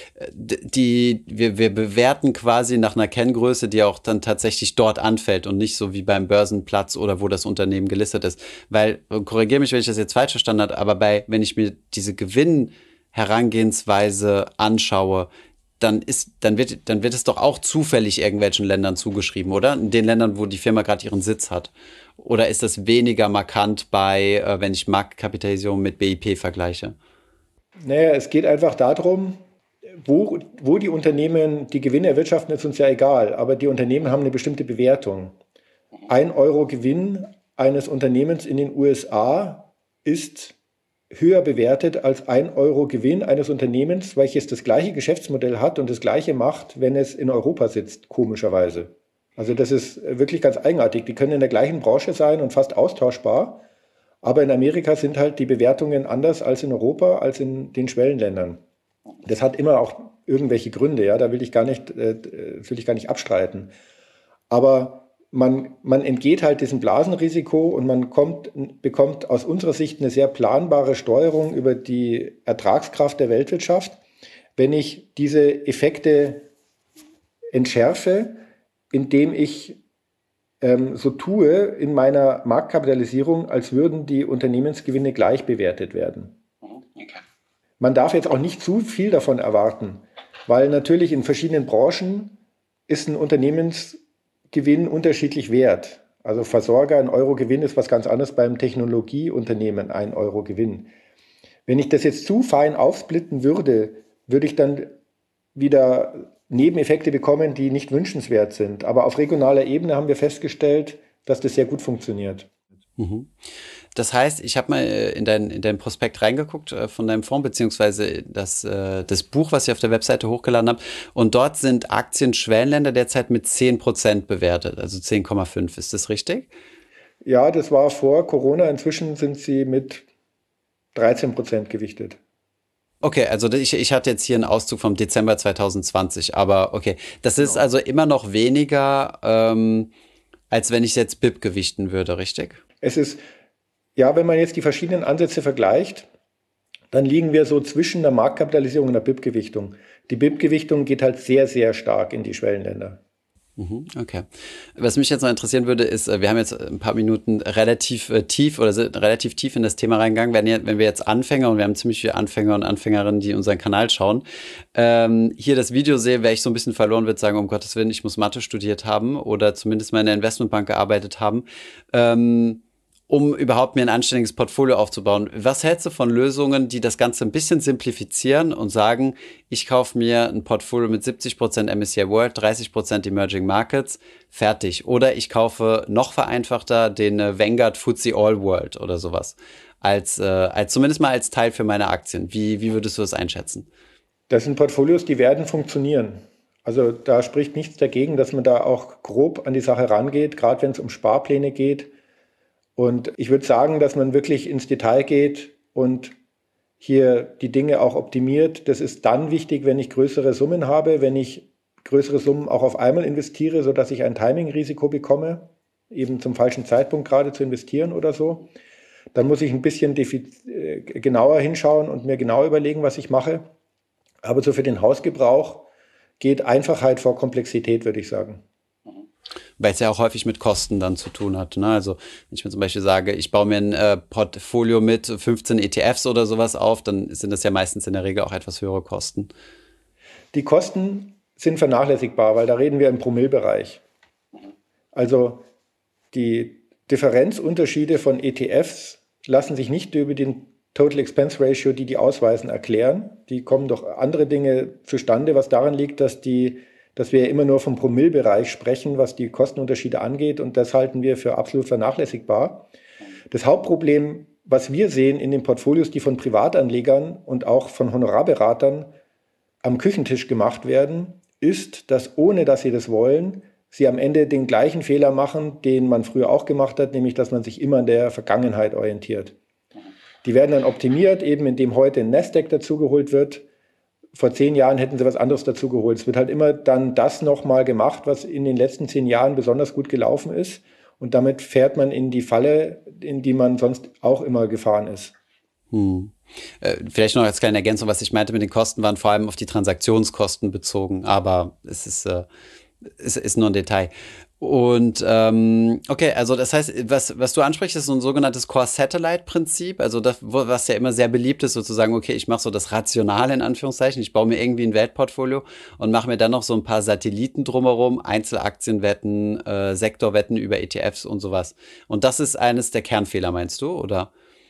die, wir, wir bewerten quasi nach einer Kenngröße, die auch dann tatsächlich dort anfällt und nicht so wie beim Börsenplatz oder wo das Unternehmen gelistet ist. Weil, korrigiere mich, wenn ich das jetzt falsch verstanden habe, aber bei, wenn ich mir diese Gewinnherangehensweise anschaue, dann ist, dann wird, dann wird es doch auch zufällig irgendwelchen Ländern zugeschrieben, oder? In den Ländern, wo die Firma gerade ihren Sitz hat. Oder ist das weniger markant bei, äh, wenn ich Marktkapitalisierung mit B I P vergleiche? Naja, es geht einfach darum, wo, wo die Unternehmen die Gewinne erwirtschaften, ist uns ja egal, aber die Unternehmen haben eine bestimmte Bewertung. Ein Euro Gewinn eines Unternehmens in den U S A ist höher bewertet als ein Euro Gewinn eines Unternehmens, welches das gleiche Geschäftsmodell hat und das gleiche macht, wenn es in Europa sitzt, komischerweise. Also das ist wirklich ganz eigenartig. Die können in der gleichen Branche sein und fast austauschbar, aber in Amerika sind halt die Bewertungen anders als in Europa, als in den Schwellenländern. Das hat immer auch irgendwelche Gründe, ja, da will ich gar nicht, äh, will ich gar nicht abstreiten. Aber Man, man entgeht halt diesem Blasenrisiko und man kommt, bekommt aus unserer Sicht eine sehr planbare Steuerung über die Ertragskraft der Weltwirtschaft, wenn ich diese Effekte entschärfe, indem ich ähm, so tue in meiner Marktkapitalisierung, als würden die Unternehmensgewinne gleich bewertet werden. Okay. Man darf jetzt auch nicht zu viel davon erwarten, weil natürlich in verschiedenen Branchen ist ein Unternehmens Gewinn unterschiedlich wert. Also Versorger, ein Euro Gewinn ist was ganz anderes beim Technologieunternehmen, ein Euro Gewinn. Wenn ich das jetzt zu fein aufsplitten würde, würde ich dann wieder Nebeneffekte bekommen, die nicht wünschenswert sind. Aber auf regionaler Ebene haben wir festgestellt, dass das sehr gut funktioniert. Mhm. Das heißt, ich habe mal äh, in dein, in dein Prospekt reingeguckt äh, von deinem Fonds, beziehungsweise das, äh, das Buch, was ich auf der Webseite hochgeladen habe. Und dort sind Aktien Schwellenländer derzeit mit zehn Prozent bewertet, also zehn Komma fünf. Ist das richtig? Ja, das war vor Corona. Inzwischen sind sie mit dreizehn Prozent gewichtet. Okay, also ich, ich hatte jetzt hier einen Auszug vom Dezember zwanzig zwanzig, aber okay. Das ist Genau. also immer noch weniger, ähm, als wenn ich jetzt B I P gewichten würde, richtig? Es ist, ja, wenn man jetzt die verschiedenen Ansätze vergleicht, dann liegen wir so zwischen der Marktkapitalisierung und der B I P-Gewichtung. Die B I P-Gewichtung geht halt sehr, sehr stark in die Schwellenländer. Mhm, okay. Was mich jetzt noch interessieren würde, ist, äh, wir haben jetzt ein paar Minuten relativ äh, tief oder sind relativ tief in das Thema reingegangen. Wenn, ihr, wenn wir jetzt Anfänger, und wir haben ziemlich viele Anfänger und Anfängerinnen, die unseren Kanal schauen, ähm, hier das Video sehen, wäre ich so ein bisschen verloren, würde sagen, um Gottes Willen, ich muss Mathe studiert haben oder zumindest mal in der Investmentbank gearbeitet haben. Ähm, um überhaupt mir ein anständiges Portfolio aufzubauen. Was hältst du von Lösungen, die das Ganze ein bisschen simplifizieren und sagen, ich kaufe mir ein Portfolio mit siebzig Prozent M S C I World, dreißig Prozent Emerging Markets, fertig. Oder ich kaufe noch vereinfachter den äh, Vanguard F T S E All World oder sowas. Als, äh, als zumindest mal als Teil für meine Aktien. Wie, wie würdest du das einschätzen? Das sind Portfolios, die werden funktionieren. Also da spricht nichts dagegen, dass man da auch grob an die Sache rangeht, gerade wenn es um Sparpläne geht. Und ich würde sagen, dass man wirklich ins Detail geht und hier die Dinge auch optimiert. Das ist dann wichtig, wenn ich größere Summen habe, wenn ich größere Summen auch auf einmal investiere, sodass ich ein Timing-Risiko bekomme, eben zum falschen Zeitpunkt gerade zu investieren oder so. Dann muss ich ein bisschen genauer hinschauen und mir genau überlegen, was ich mache. Aber so für den Hausgebrauch geht Einfachheit vor Komplexität, würde ich sagen. Weil es ja auch häufig mit Kosten dann zu tun hat. Ne? Also wenn ich mir zum Beispiel sage, ich baue mir ein äh, Portfolio mit fünfzehn E T Fs oder sowas auf, dann sind das ja meistens in der Regel auch etwas höhere Kosten. Die Kosten sind vernachlässigbar, weil da reden wir im Promillebereich. Also die Differenzunterschiede von E T Fs lassen sich nicht über den Total Expense Ratio, die die ausweisen, erklären. Die kommen durch andere Dinge zustande, was daran liegt, dass die dass wir immer nur vom Promillebereich sprechen, was die Kostenunterschiede angeht, und das halten wir für absolut vernachlässigbar. Das Hauptproblem, was wir sehen in den Portfolios, die von Privatanlegern und auch von Honorarberatern am Küchentisch gemacht werden, ist, dass ohne dass sie das wollen, sie am Ende den gleichen Fehler machen, den man früher auch gemacht hat, nämlich dass man sich immer an der Vergangenheit orientiert. Die werden dann optimiert, eben indem heute ein Nasdaq dazugeholt wird. Vor zehn Jahren hätten sie was anderes dazu geholt. Es wird halt immer dann das nochmal gemacht, was in den letzten zehn Jahren besonders gut gelaufen ist. Und damit fährt man in die Falle, in die man sonst auch immer gefahren ist. Hm. Äh, vielleicht noch als kleine Ergänzung, was ich meinte mit den Kosten, waren vor allem auf die Transaktionskosten bezogen. Aber es ist, äh, es ist nur ein Detail. Und ähm, okay, also das heißt, was, was du ansprichst, ist so ein sogenanntes Core-Satellite-Prinzip, also das, was ja immer sehr beliebt ist, sozusagen, okay, ich mache so das Rationale in Anführungszeichen, ich baue mir irgendwie ein Weltportfolio und mache mir dann noch so ein paar Satelliten drumherum, Einzelaktienwetten, äh, Sektorwetten über E T Fs und sowas. Und das ist eines der Kernfehler, meinst du, oder?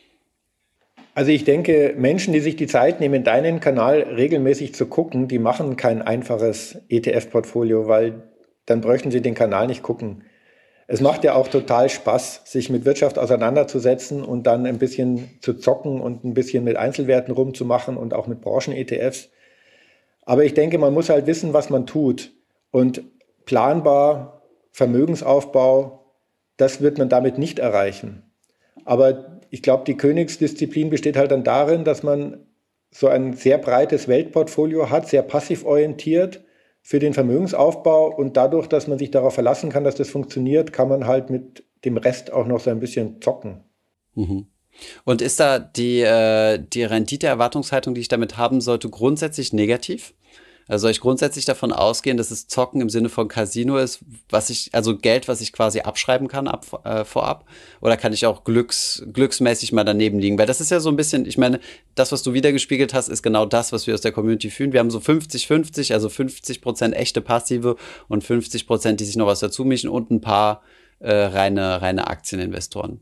Also ich denke, Menschen, die sich die Zeit nehmen, deinen Kanal regelmäßig zu gucken, die machen kein einfaches E T F-Portfolio, weil dann bräuchten sie den Kanal nicht gucken. Es macht ja auch total Spaß, sich mit Wirtschaft auseinanderzusetzen und dann ein bisschen zu zocken und ein bisschen mit Einzelwerten rumzumachen und auch mit Branchen-E T Fs. Aber ich denke, man muss halt wissen, was man tut. Und planbar, Vermögensaufbau, das wird man damit nicht erreichen. Aber ich glaube, die Königsdisziplin besteht halt dann darin, dass man so ein sehr breites Weltportfolio hat, sehr passiv orientiert für den Vermögensaufbau, und dadurch, dass man sich darauf verlassen kann, dass das funktioniert, kann man halt mit dem Rest auch noch so ein bisschen zocken. Mhm. Und ist da die, äh, die Renditeerwartungshaltung, die ich damit haben sollte, grundsätzlich negativ? Also soll ich grundsätzlich davon ausgehen, dass es Zocken im Sinne von Casino ist, was ich, also Geld, was ich quasi abschreiben kann ab, äh, vorab? Oder kann ich auch glücks, glücksmäßig mal daneben liegen? Weil das ist ja so ein bisschen, ich meine, das, was du wiedergespiegelt hast, ist genau das, was wir aus der Community fühlen. Wir haben so fünfzig fünfzig, also fünfzig Prozent echte Passive und fünfzig Prozent, die sich noch was dazu mischen, und ein paar äh, reine, reine Aktieninvestoren.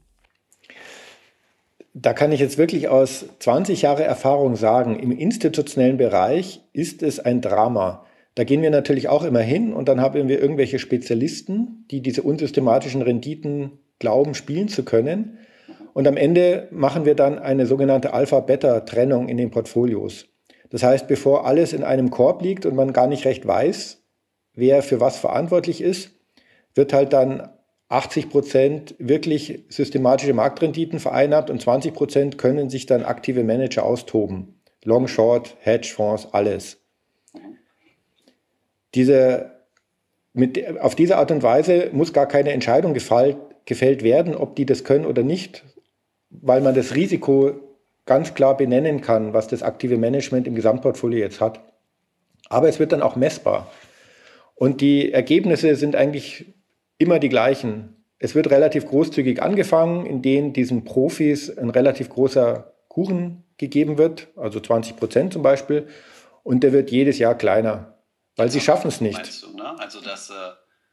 Da kann ich jetzt wirklich aus zwanzig Jahre Erfahrung sagen, im institutionellen Bereich ist es ein Drama. Da gehen wir natürlich auch immer hin und dann haben wir irgendwelche Spezialisten, die diese unsystematischen Renditen glauben, spielen zu können. Und am Ende machen wir dann eine sogenannte Alpha-Beta-Trennung in den Portfolios. Das heißt, bevor alles in einem Korb liegt und man gar nicht recht weiß, wer für was verantwortlich ist, wird halt dann achtzig Prozent wirklich systematische Marktrenditen vereinnahmt und zwanzig Prozent können sich dann aktive Manager austoben. Long, Short, Hedgefonds, alles. Diese, mit, auf diese Art und Weise muss gar keine Entscheidung gefällt, gefällt werden, ob die das können oder nicht, weil man das Risiko ganz klar benennen kann, was das aktive Management im Gesamtportfolio jetzt hat. Aber es wird dann auch messbar. Und die Ergebnisse sind eigentlich immer die gleichen. Es wird relativ großzügig angefangen, in denen diesen Profis ein relativ großer Kuchen gegeben wird, also zwanzig Prozent zum Beispiel, und der wird jedes Jahr kleiner, weil sie schaffen es nicht. Meinst du, ne? Also das, äh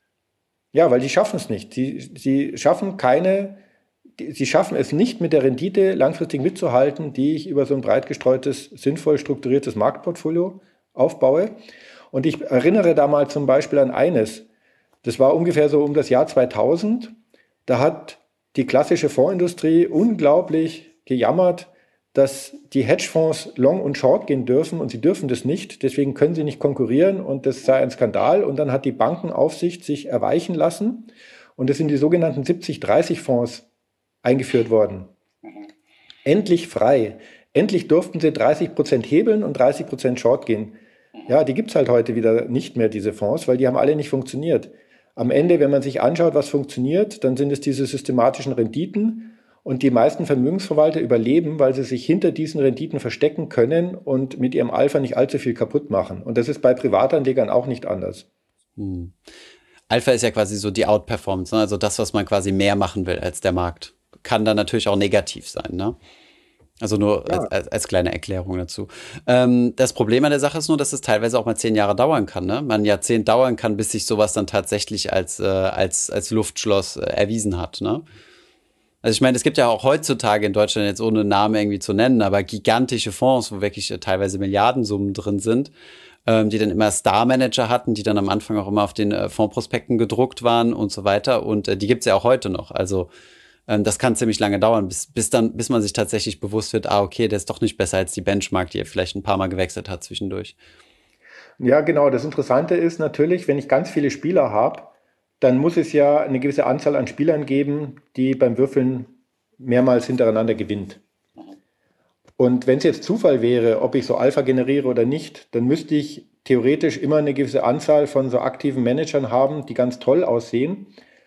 Ja, weil sie schaffen es nicht. Sie, sie schaffen keine, sie schaffen es nicht, mit der Rendite langfristig mitzuhalten, die ich über so ein breit gestreutes, sinnvoll strukturiertes Marktportfolio aufbaue. Und ich erinnere da mal zum Beispiel an eines. Das war ungefähr so um das Jahr zweitausend. Da hat die klassische Fondsindustrie unglaublich gejammert, dass die Hedgefonds long und short gehen dürfen und sie dürfen das nicht. Deswegen können sie nicht konkurrieren und das sei ein Skandal. Und dann hat die Bankenaufsicht sich erweichen lassen und es sind die sogenannten siebzig dreißig Fonds eingeführt worden. Endlich frei. Endlich durften sie dreißig Prozent hebeln und dreißig Prozent short gehen. Ja, die gibt es halt heute wieder nicht mehr, diese Fonds, weil die haben alle nicht funktioniert. Am Ende, wenn man sich anschaut, was funktioniert, dann sind es diese systematischen Renditen und die meisten Vermögensverwalter überleben, weil sie sich hinter diesen Renditen verstecken können und mit ihrem Alpha nicht allzu viel kaputt machen. Und das ist bei Privatanlegern auch nicht anders. Hm. Alpha ist ja quasi so die Outperformance, ne? Also das, was man quasi mehr machen will als der Markt. Kann dann natürlich auch negativ sein, ne? Also nur ja. als, als, als kleine Erklärung dazu. Ähm, das Problem an der Sache ist nur, dass es teilweise auch mal zehn Jahre dauern kann, ne? Man ein Jahrzehnt dauern kann, bis sich sowas dann tatsächlich als, äh, als, als Luftschloss äh, erwiesen hat, ne? Also ich meine, es gibt ja auch heutzutage in Deutschland, jetzt ohne Namen irgendwie zu nennen, aber gigantische Fonds, wo wirklich äh, teilweise Milliardensummen drin sind, ähm, die dann immer Star-Manager hatten, die dann am Anfang auch immer auf den äh, Fondsprospekten gedruckt waren und so weiter. Und äh, die gibt's ja auch heute noch. Also ähm, das kann ziemlich lange dauern, bis, bis, dann, bis man sich tatsächlich bewusst wird, ah, okay, der ist doch nicht besser als die Benchmark, die er vielleicht ein paar Mal gewechselt hat zwischendurch. Ja, genau. Das Interessante ist natürlich, wenn ich ganz viele Spieler habe, dann muss es ja eine gewisse Anzahl an Spielern geben, die beim Würfeln mehrmals hintereinander gewinnt. Und wenn es jetzt Zufall wäre, ob ich so Alpha generiere oder nicht, dann müsste ich theoretisch immer eine gewisse Anzahl von so aktiven Managern haben, die ganz toll aussehen.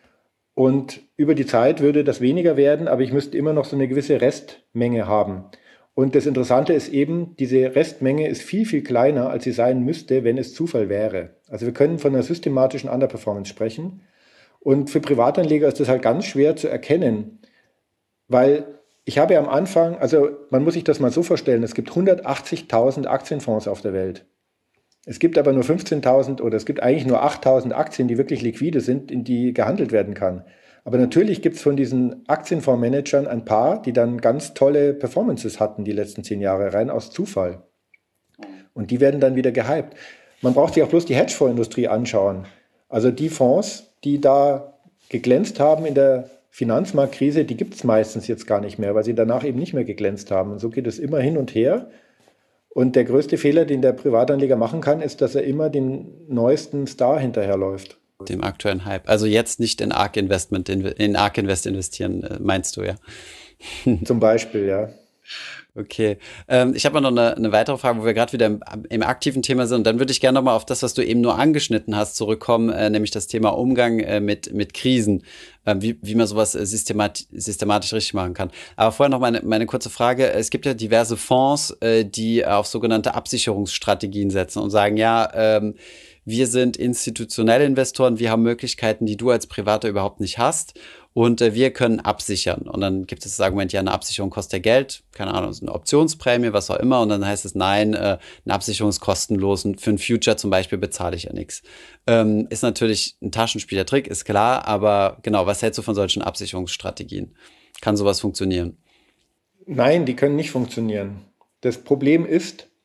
Und über die Zeit würde das weniger werden, aber ich müsste immer noch so eine gewisse Restmenge haben. Und das Interessante ist eben, diese Restmenge ist viel, viel kleiner, als sie sein müsste, wenn es Zufall wäre. Also wir können von einer systematischen Underperformance sprechen. Und für Privatanleger ist das halt ganz schwer zu erkennen, weil ich habe ja am Anfang, also man muss sich das mal so vorstellen, es gibt hundertachtzigtausend Aktienfonds auf der Welt. Es gibt aber nur fünfzehntausend oder es gibt eigentlich nur achttausend Aktien, die wirklich liquide sind, in die gehandelt werden kann. Aber natürlich gibt es von diesen Aktienfondsmanagern ein paar, die dann ganz tolle Performances hatten die letzten zehn Jahre, rein aus Zufall. Und die werden dann wieder gehypt. Man braucht sich auch bloß die Hedgefondsindustrie anschauen. Also die Fonds, die da geglänzt haben in der Finanzmarktkrise, die gibt es meistens jetzt gar nicht mehr, weil sie danach eben nicht mehr geglänzt haben. Und so geht es immer hin und her. Und der größte Fehler, den der Privatanleger machen kann, ist, dass er immer den neuesten Star hinterherläuft. Dem aktuellen Hype. Also jetzt nicht in ARK Investment, in ARK Invest investieren, meinst du, ja? Zum Beispiel, ja. Okay. Ähm, ich habe noch eine, eine weitere Frage, wo wir gerade wieder im, im aktiven Thema sind. Und dann würde ich gerne nochmal auf das, was du eben nur angeschnitten hast, zurückkommen, äh, nämlich das Thema Umgang äh, mit, mit Krisen, äh, wie, wie man sowas äh, systemat systematisch richtig machen kann. Aber vorher noch meine, meine kurze Frage. Es gibt ja diverse Fonds, äh, die auf sogenannte Absicherungsstrategien setzen und sagen, ja, ähm, wir sind institutionelle Investoren, wir haben Möglichkeiten, die du als Privater überhaupt nicht hast. Und äh, wir können absichern. Und dann gibt es das Argument, ja, eine Absicherung kostet ja Geld, keine Ahnung, so eine Optionsprämie, was auch immer. Und dann heißt es, nein, äh, eine Absicherung ist kostenlos und für ein Future zum Beispiel bezahle ich ja nichts. Ähm, ist natürlich ein Taschenspielertrick, ist klar, aber genau, was hältst du von solchen Absicherungsstrategien? Kann sowas funktionieren? Nein, die können nicht funktionieren. Das Problem ist,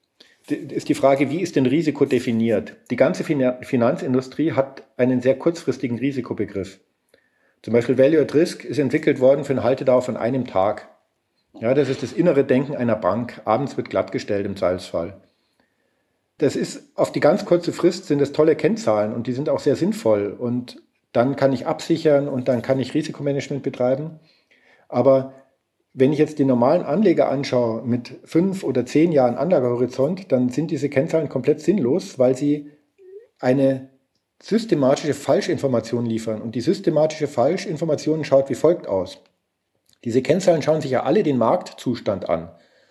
ist die Frage, wie ist denn Risiko definiert? Die ganze Finanzindustrie hat einen sehr kurzfristigen Risikobegriff. Zum Beispiel Value at Risk ist entwickelt worden für eine Haltedauer von einem Tag. Ja, das ist das innere Denken einer Bank. Abends wird glattgestellt im Zweifelsfall. Das ist auf die ganz kurze Frist sind das tolle Kennzahlen und die sind auch sehr sinnvoll. Und dann kann ich absichern und dann kann ich Risikomanagement betreiben. Aber wenn ich jetzt den normalen Anleger anschaue mit fünf oder zehn Jahren Anlagehorizont, dann sind diese Kennzahlen komplett sinnlos, weil sie eine systematische Falschinformation liefern. Und die systematische Falschinformation schaut wie folgt aus. Diese Kennzahlen schauen sich ja alle den Marktzustand an.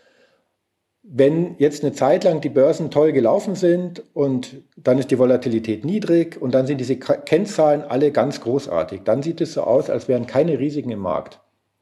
Wenn jetzt eine Zeit lang die Börsen toll gelaufen sind und dann ist die Volatilität niedrig und dann sind diese Kennzahlen alle ganz großartig, dann sieht es so aus, als wären keine Risiken im Markt.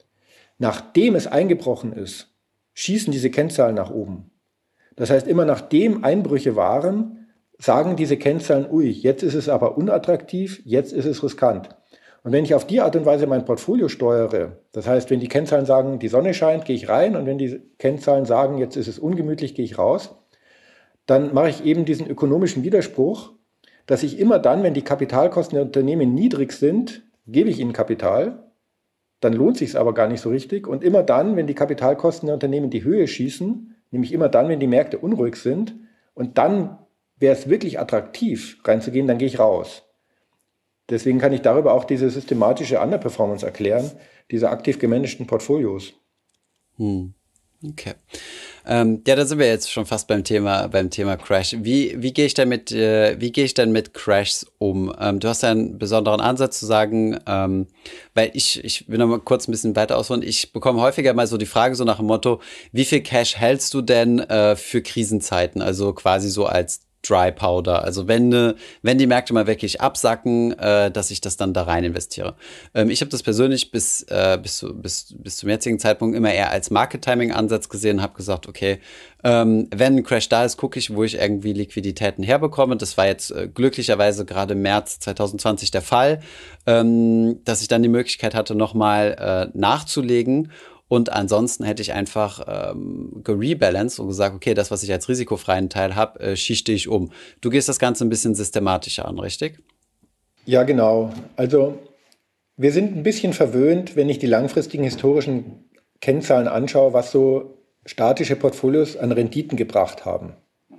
Nachdem es eingebrochen ist, schießen diese Kennzahlen nach oben. Das heißt, immer nachdem Einbrüche waren, sagen diese Kennzahlen, ui, jetzt ist es aber unattraktiv, jetzt ist es riskant. Und wenn ich auf die Art und Weise mein Portfolio steuere, das heißt, wenn die Kennzahlen sagen, die Sonne scheint, gehe ich rein und wenn die Kennzahlen sagen, jetzt ist es ungemütlich, gehe ich raus, dann mache ich eben diesen ökonomischen Widerspruch, dass ich immer dann, wenn die Kapitalkosten der Unternehmen niedrig sind, gebe ich ihnen Kapital, dann lohnt sich es aber gar nicht so richtig und immer dann, wenn die Kapitalkosten der Unternehmen in die Höhe schießen, nämlich immer dann, wenn die Märkte unruhig sind und dann wäre es wirklich attraktiv reinzugehen, dann gehe ich raus. Deswegen kann ich darüber auch diese systematische Underperformance erklären, diese aktiv gemanagten Portfolios. Hm. Okay. Ähm, ja, da sind wir jetzt schon fast beim Thema, beim Thema Crash. Wie, wie gehe ich denn mit, äh, wie gehe ich denn mit Crashs um? Ähm, du hast ja einen besonderen Ansatz zu sagen, ähm, weil ich, ich will noch mal kurz ein bisschen weiter ausholen. Ich bekomme häufiger mal so die Frage so nach dem Motto, wie viel Cash hältst du denn äh, für Krisenzeiten? Also quasi so als Dry Powder, also wenn ne, wenn die Märkte mal wirklich absacken, äh, dass ich das dann da rein investiere. Ähm, ich habe das persönlich bis, äh, bis, zu, bis, bis zum jetzigen Zeitpunkt immer eher als Market-Timing-Ansatz gesehen, habe gesagt, okay, ähm, wenn ein Crash da ist, gucke ich, wo ich irgendwie Liquiditäten herbekomme. Das war jetzt äh, glücklicherweise gerade im März zwanzig zwanzig der Fall, ähm, dass ich dann die Möglichkeit hatte, nochmal äh, nachzulegen. Und ansonsten hätte ich einfach ähm, gerebalanced und gesagt, okay, das, was ich als risikofreien Teil habe, äh, schichte ich um. Du gehst das Ganze ein bisschen systematischer an, richtig? Ja, genau. Also wir sind ein bisschen verwöhnt, wenn ich die langfristigen historischen Kennzahlen anschaue, was so statische Portfolios an Renditen gebracht haben.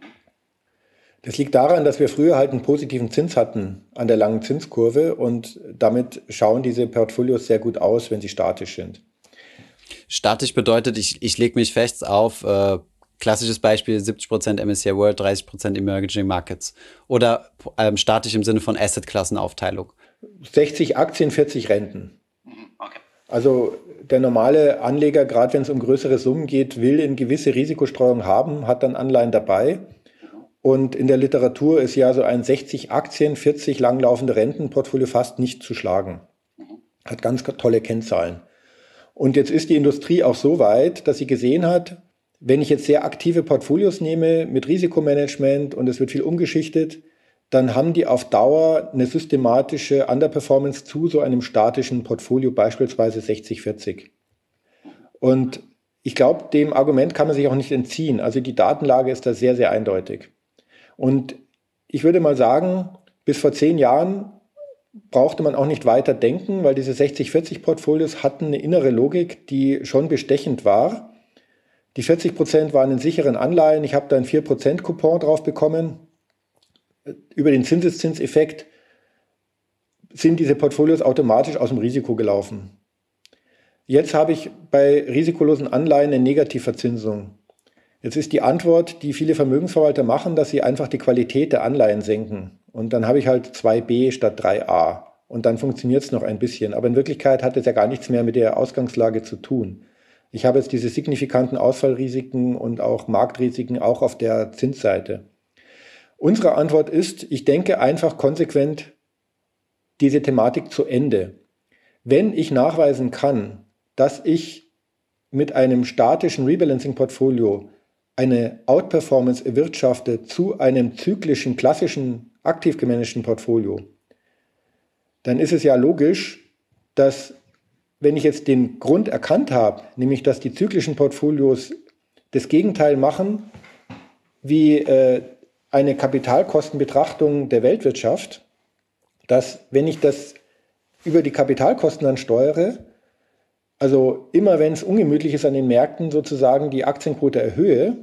Das liegt daran, dass wir früher halt einen positiven Zins hatten an der langen Zinskurve und damit schauen diese Portfolios sehr gut aus, wenn sie statisch sind. Statisch bedeutet, ich, ich lege mich fest auf, äh, klassisches Beispiel, siebzig Prozent M S C I World, dreißig Prozent Emerging Markets. Oder ähm, statisch im Sinne von Assetklassenaufteilung. sechzig Aktien, vierzig Renten. Okay. Also der normale Anleger, gerade wenn es um größere Summen geht, will eine gewisse Risikostreuung haben, hat dann Anleihen dabei. Und in der Literatur ist ja so ein sechzig Aktien, vierzig langlaufende Rentenportfolio fast nicht zu schlagen. Hat ganz tolle Kennzahlen. Und jetzt ist die Industrie auch so weit, dass sie gesehen hat, wenn ich jetzt sehr aktive Portfolios nehme mit Risikomanagement und es wird viel umgeschichtet, dann haben die auf Dauer eine systematische Underperformance zu so einem statischen Portfolio, beispielsweise sechzig vierzig. Und ich glaube, dem Argument kann man sich auch nicht entziehen. Also die Datenlage ist da sehr, sehr eindeutig. Und ich würde mal sagen, bis vor zehn Jahren brauchte man auch nicht weiter denken, weil diese sechzig vierzig Portfolios hatten eine innere Logik, die schon bestechend war. Die vierzig Prozent waren in sicheren Anleihen. Ich habe da einen vier Prozent Coupon drauf bekommen. Über den Zinseszinseffekt sind diese Portfolios automatisch aus dem Risiko gelaufen. Jetzt habe ich bei risikolosen Anleihen eine Negativverzinsung. Jetzt ist die Antwort, die viele Vermögensverwalter machen, dass sie einfach die Qualität der Anleihen senken. Und dann habe ich halt zwei B statt drei A. Und dann funktioniert es noch ein bisschen. Aber in Wirklichkeit hat es ja gar nichts mehr mit der Ausgangslage zu tun. Ich habe jetzt diese signifikanten Ausfallrisiken und auch Marktrisiken auch auf der Zinsseite. Unsere Antwort ist, ich denke einfach konsequent diese Thematik zu Ende. Wenn ich nachweisen kann, dass ich mit einem statischen Rebalancing-Portfolio eine Outperformance erwirtschafte zu einem zyklischen, klassischen, aktiv gemanagten Portfolio, dann ist es ja logisch, dass wenn ich jetzt den Grund erkannt habe, nämlich dass die zyklischen Portfolios das Gegenteil machen, wie äh, eine Kapitalkostenbetrachtung der Weltwirtschaft, dass wenn ich das über die Kapitalkosten dann steuere, also immer wenn es ungemütlich ist an den Märkten sozusagen die Aktienquote erhöhe,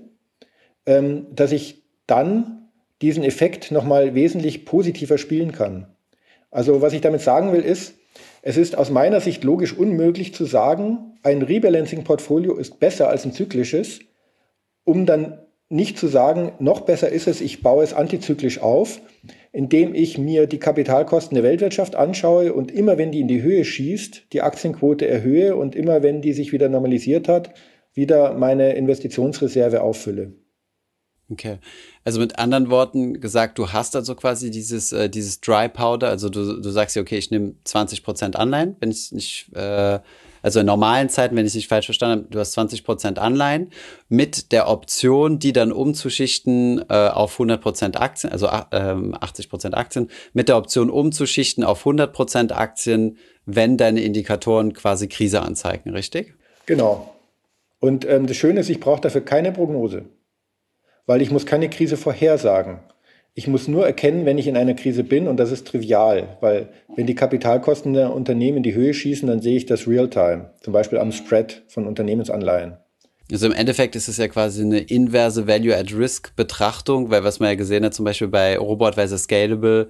ähm, dass ich dann diesen Effekt nochmal wesentlich positiver spielen kann. Also was ich damit sagen will ist, es ist aus meiner Sicht logisch unmöglich zu sagen, ein Rebalancing-Portfolio ist besser als ein zyklisches, um dann nicht zu sagen, noch besser ist es, ich baue es antizyklisch auf, indem ich mir die Kapitalkosten der Weltwirtschaft anschaue und immer wenn die in die Höhe schießt, die Aktienquote erhöhe und immer wenn die sich wieder normalisiert hat, wieder meine Investitionsreserve auffülle. Okay, also mit anderen Worten gesagt, du hast also quasi dieses, äh, dieses Dry Powder, also du, du sagst dir, okay, ich nehme zwanzig Prozent Anleihen, wenn ich nicht, äh, also in normalen Zeiten, wenn ich es nicht falsch verstanden habe, du hast zwanzig Prozent Anleihen mit der Option, die dann umzuschichten äh, auf hundert Prozent Aktien, also äh, achtzig Prozent Aktien, mit der Option umzuschichten auf hundert Prozent Aktien, wenn deine Indikatoren quasi Krise anzeigen, richtig? Genau. Und ähm, das Schöne ist, ich brauche dafür keine Prognose, weil ich muss keine Krise vorhersagen. Ich muss nur erkennen, wenn ich in einer Krise bin, und das ist trivial, weil wenn die Kapitalkosten der Unternehmen in die Höhe schießen, dann sehe ich das real-time, zum Beispiel am Spread von Unternehmensanleihen. Also im Endeffekt ist es ja quasi eine inverse Value-at-Risk-Betrachtung, weil was man ja gesehen hat, zum Beispiel bei Robot versus Scalable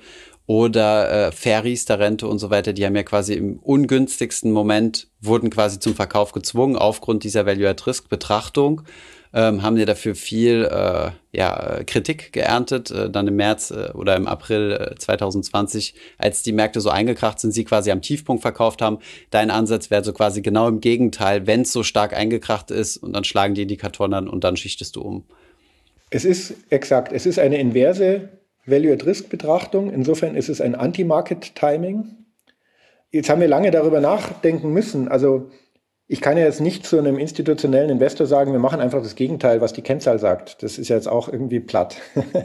oder äh, Fair Riester-Rente und so weiter, die haben ja quasi im ungünstigsten Moment, wurden quasi zum Verkauf gezwungen aufgrund dieser Value-at-Risk-Betrachtung. Ähm, haben ja dafür viel äh, ja, Kritik geerntet, äh, dann im März äh, oder im April äh, zwanzig zwanzig, als die Märkte so eingekracht sind, sie quasi am Tiefpunkt verkauft haben. Dein Ansatz wäre so quasi genau im Gegenteil, wenn es so stark eingekracht ist und dann schlagen die Indikatoren an und dann schichtest du um. Es ist exakt, es ist eine inverse Value-at-Risk-Betrachtung, insofern ist es ein Anti-Market-Timing. Jetzt haben wir lange darüber nachdenken müssen, also ich kann ja jetzt nicht zu einem institutionellen Investor sagen, wir machen einfach das Gegenteil, was die Kennzahl sagt. Das ist ja jetzt auch irgendwie platt.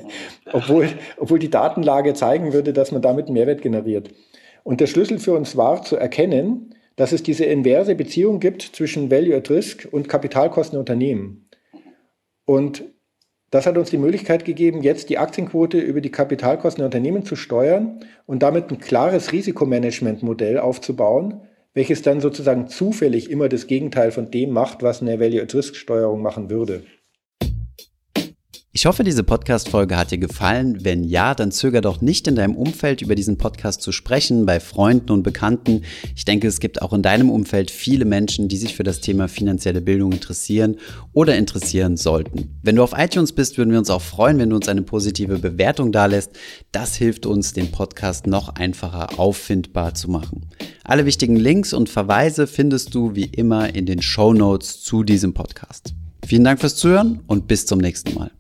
obwohl, obwohl die Datenlage zeigen würde, dass man damit einen Mehrwert generiert. Und der Schlüssel für uns war zu erkennen, dass es diese inverse Beziehung gibt zwischen Value at Risk und Kapitalkosten der Unternehmen. Und das hat uns die Möglichkeit gegeben, jetzt die Aktienquote über die Kapitalkosten der Unternehmen zu steuern und damit ein klares Risikomanagementmodell aufzubauen, welches dann sozusagen zufällig immer das Gegenteil von dem macht, was eine Value-at-Risk-Steuerung machen würde. Ich hoffe, diese Podcast-Folge hat dir gefallen. Wenn ja, dann zöger doch nicht in deinem Umfeld über diesen Podcast zu sprechen, bei Freunden und Bekannten. Ich denke, es gibt auch in deinem Umfeld viele Menschen, die sich für das Thema finanzielle Bildung interessieren oder interessieren sollten. Wenn du auf iTunes bist, würden wir uns auch freuen, wenn du uns eine positive Bewertung dalässt. Das hilft uns, den Podcast noch einfacher auffindbar zu machen. Alle wichtigen Links und Verweise findest du wie immer in den Shownotes zu diesem Podcast. Vielen Dank fürs Zuhören und bis zum nächsten Mal.